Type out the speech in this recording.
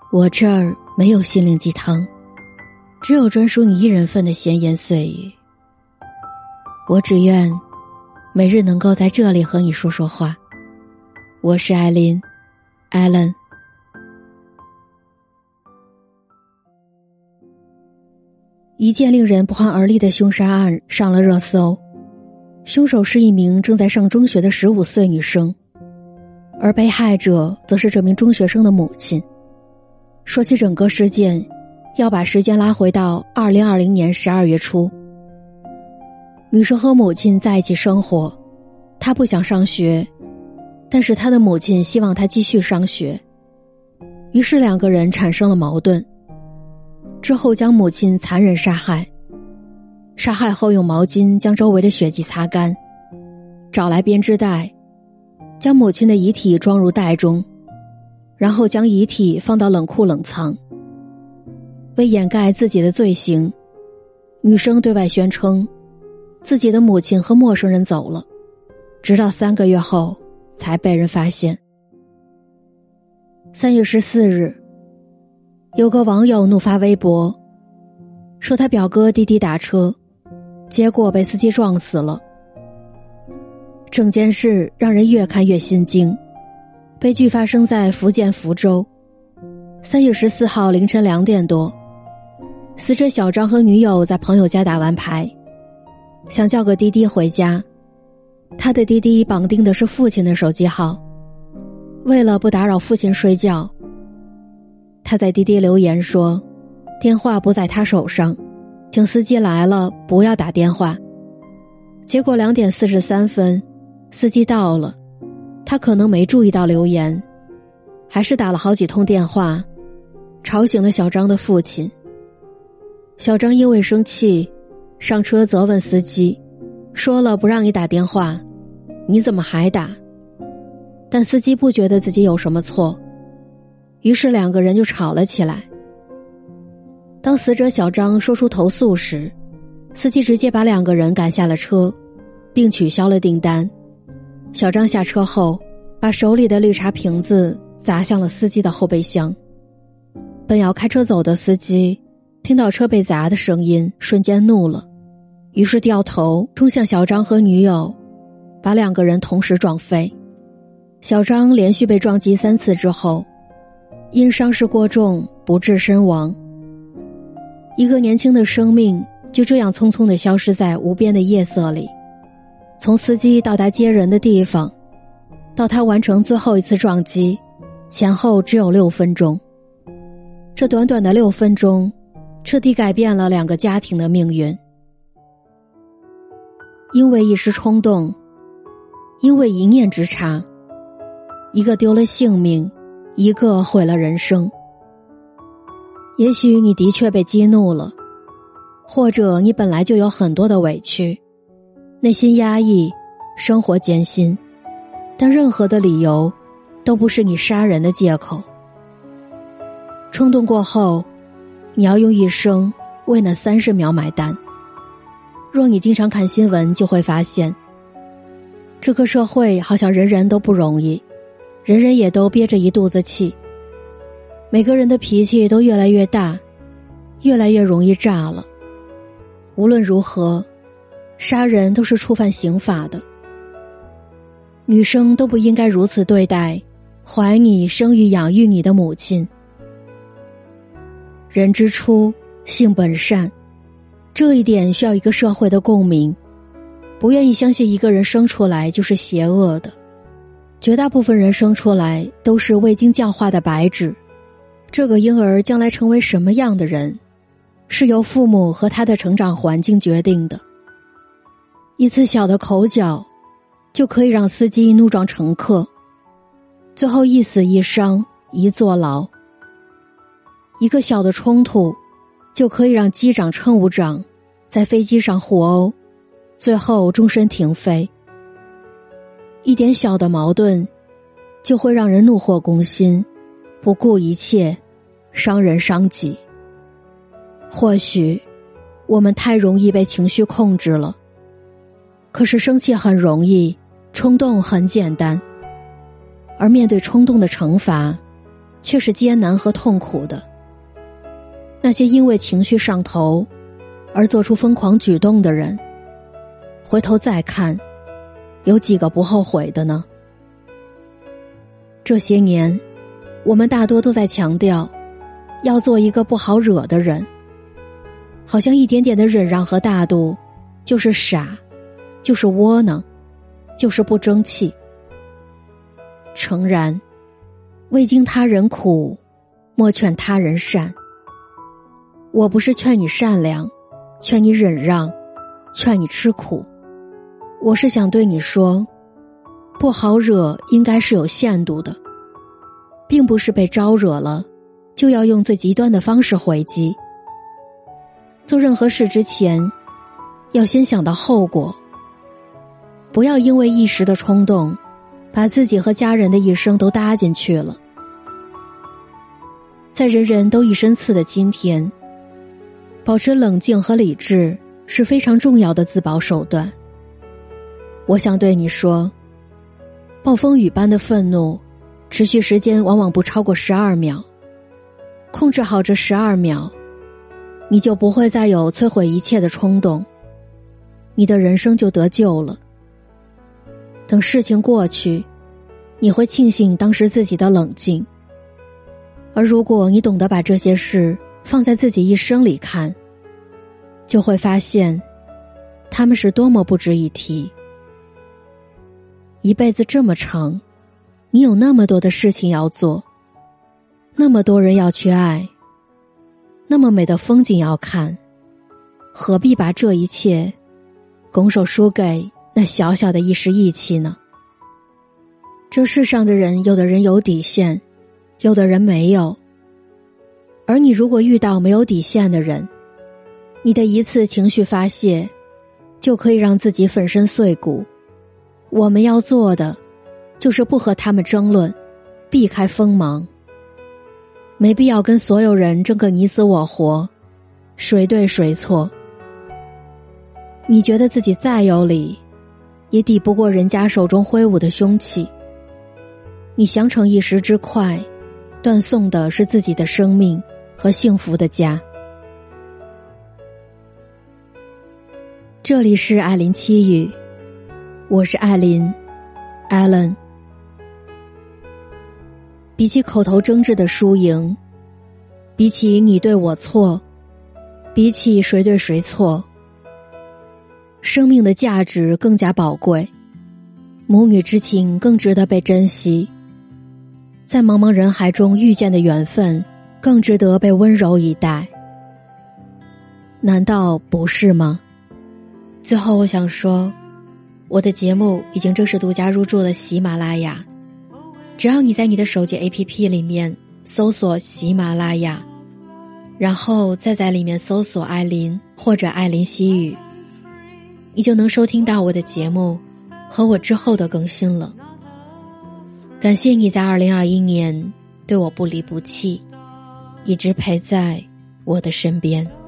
我这儿没有心灵鸡汤，只有专属你一人份的闲言碎语。我只愿每日能够在这里和你说说话。我是艾琳，艾伦。一件令人不寒而栗的凶杀案上了热搜，凶手是一名正在上中学的15岁女生，而被害者则是这名中学生的母亲。说起整个事件，要把时间拉回到2020年12月初。女生和母亲在一起生活，她不想上学，但是她的母亲希望她继续上学，于是两个人产生了矛盾。之后将母亲残忍杀害，杀害后用毛巾将周围的血迹擦干，找来编织袋，将母亲的遗体装入袋中，然后将遗体放到冷库冷藏。为掩盖自己的罪行，女生对外宣称自己的母亲和陌生人走了，直到3个月后才被人发现。3月14日，有个网友怒发微博，说他表哥滴滴打车，结果被司机撞死了。整件事让人越看越心惊。悲剧发生在福建福州，3月14号凌晨2点多，死者小张和女友在朋友家打完牌，想叫个滴滴回家。他的滴滴绑定的是父亲的手机号，为了不打扰父亲睡觉，他在滴滴留言说电话不在他手上，请司机来了不要打电话。结果2点43分，司机到了，他可能没注意到留言，还是打了好几通电话，吵醒了小张的父亲。小张因为生气，上车责问司机，说了不让你打电话，你怎么还打？但司机不觉得自己有什么错，于是两个人就吵了起来。当死者小张说出投诉时，司机直接把两个人赶下了车，并取消了订单。小张下车后，把手里的绿茶瓶子砸向了司机的后备箱。本要开车走的司机听到车被砸的声音，瞬间怒了，于是掉头冲向小张和女友，把两个人同时撞飞。小张连续被撞击3次之后，因伤势过重不治身亡。一个年轻的生命就这样匆匆地消失在无边的夜色里。从司机到达接人的地方，到他完成最后一次撞击，前后只有6分钟。这短短的6分钟，彻底改变了两个家庭的命运。因为一时冲动，因为一念之差，一个丢了性命，一个毁了人生。也许你的确被激怒了，或者你本来就有很多的委屈，内心压抑，生活艰辛，但任何的理由都不是你杀人的借口。冲动过后，你要用一生为那30秒买单。若你经常看新闻，就会发现这个社会好像人人都不容易，人人也都憋着一肚子气，每个人的脾气都越来越大，越来越容易炸了。无论如何，杀人都是触犯刑法的。女生都不应该如此对待怀你生育养育你的母亲。人之初性本善，这一点需要一个社会的共鸣。不愿意相信一个人生出来就是邪恶的，绝大部分人生出来都是未经教化的白纸。这个婴儿将来成为什么样的人，是由父母和他的成长环境决定的。一次小的口角就可以让司机怒撞乘客，最后一死一伤一坐牢。一个小的冲突就可以让机长乘务长在飞机上互殴，最后终身停飞。一点小的矛盾就会让人怒火攻心，不顾一切，伤人伤己。或许我们太容易被情绪控制了，可是生气很容易，冲动很简单，而面对冲动的惩罚却是艰难和痛苦的。那些因为情绪上头而做出疯狂举动的人，回头再看，有几个不后悔的呢？这些年，我们大多都在强调要做一个不好惹的人，好像一点点的忍让和大度就是傻，就是窝囊，就是不争气。诚然，未经他人苦，莫劝他人善。我不是劝你善良，劝你忍让，劝你吃苦。我是想对你说，不好惹应该是有限度的，并不是被招惹了就要用最极端的方式回击。做任何事之前，要先想到后果，不要因为一时的冲动，把自己和家人的一生都搭进去了。在人人都一身刺的今天，保持冷静和理智是非常重要的自保手段。我想对你说，暴风雨般的愤怒持续时间往往不超过12秒，控制好这12秒，你就不会再有摧毁一切的冲动，你的人生就得救了。等事情过去，你会庆幸当时自己的冷静。而如果你懂得把这些事放在自己一生里看，就会发现他们是多么不值一提。一辈子这么长，你有那么多的事情要做，那么多人要去爱，那么美的风景要看，何必把这一切拱手输给那小小的一时义气呢？这世上的人，有的人有底线，有的人没有。而你如果遇到没有底线的人，你的一次情绪发泄就可以让自己粉身碎骨。我们要做的就是不和他们争论，避开锋芒。没必要跟所有人争个你死我活，谁对谁错。你觉得自己再有理，也抵不过人家手中挥舞的凶器。你想逞一时之快，断送的是自己的生命和幸福的家。这里是艾琳七语，我是艾琳 Allen。 比起口头争执的输赢，比起你对我错，比起谁对谁错，生命的价值更加宝贵，母女之情更值得被珍惜，在茫茫人海中遇见的缘分更值得被温柔以待，难道不是吗？最后我想说，我的节目已经正式独家入驻了喜马拉雅，只要你在你的手机 APP 里面搜索喜马拉雅，然后再在里面搜索艾琳或者艾琳西语，你就能收听到我的节目和我之后的更新了。感谢你在2021年对我不离不弃，一直陪在我的身边。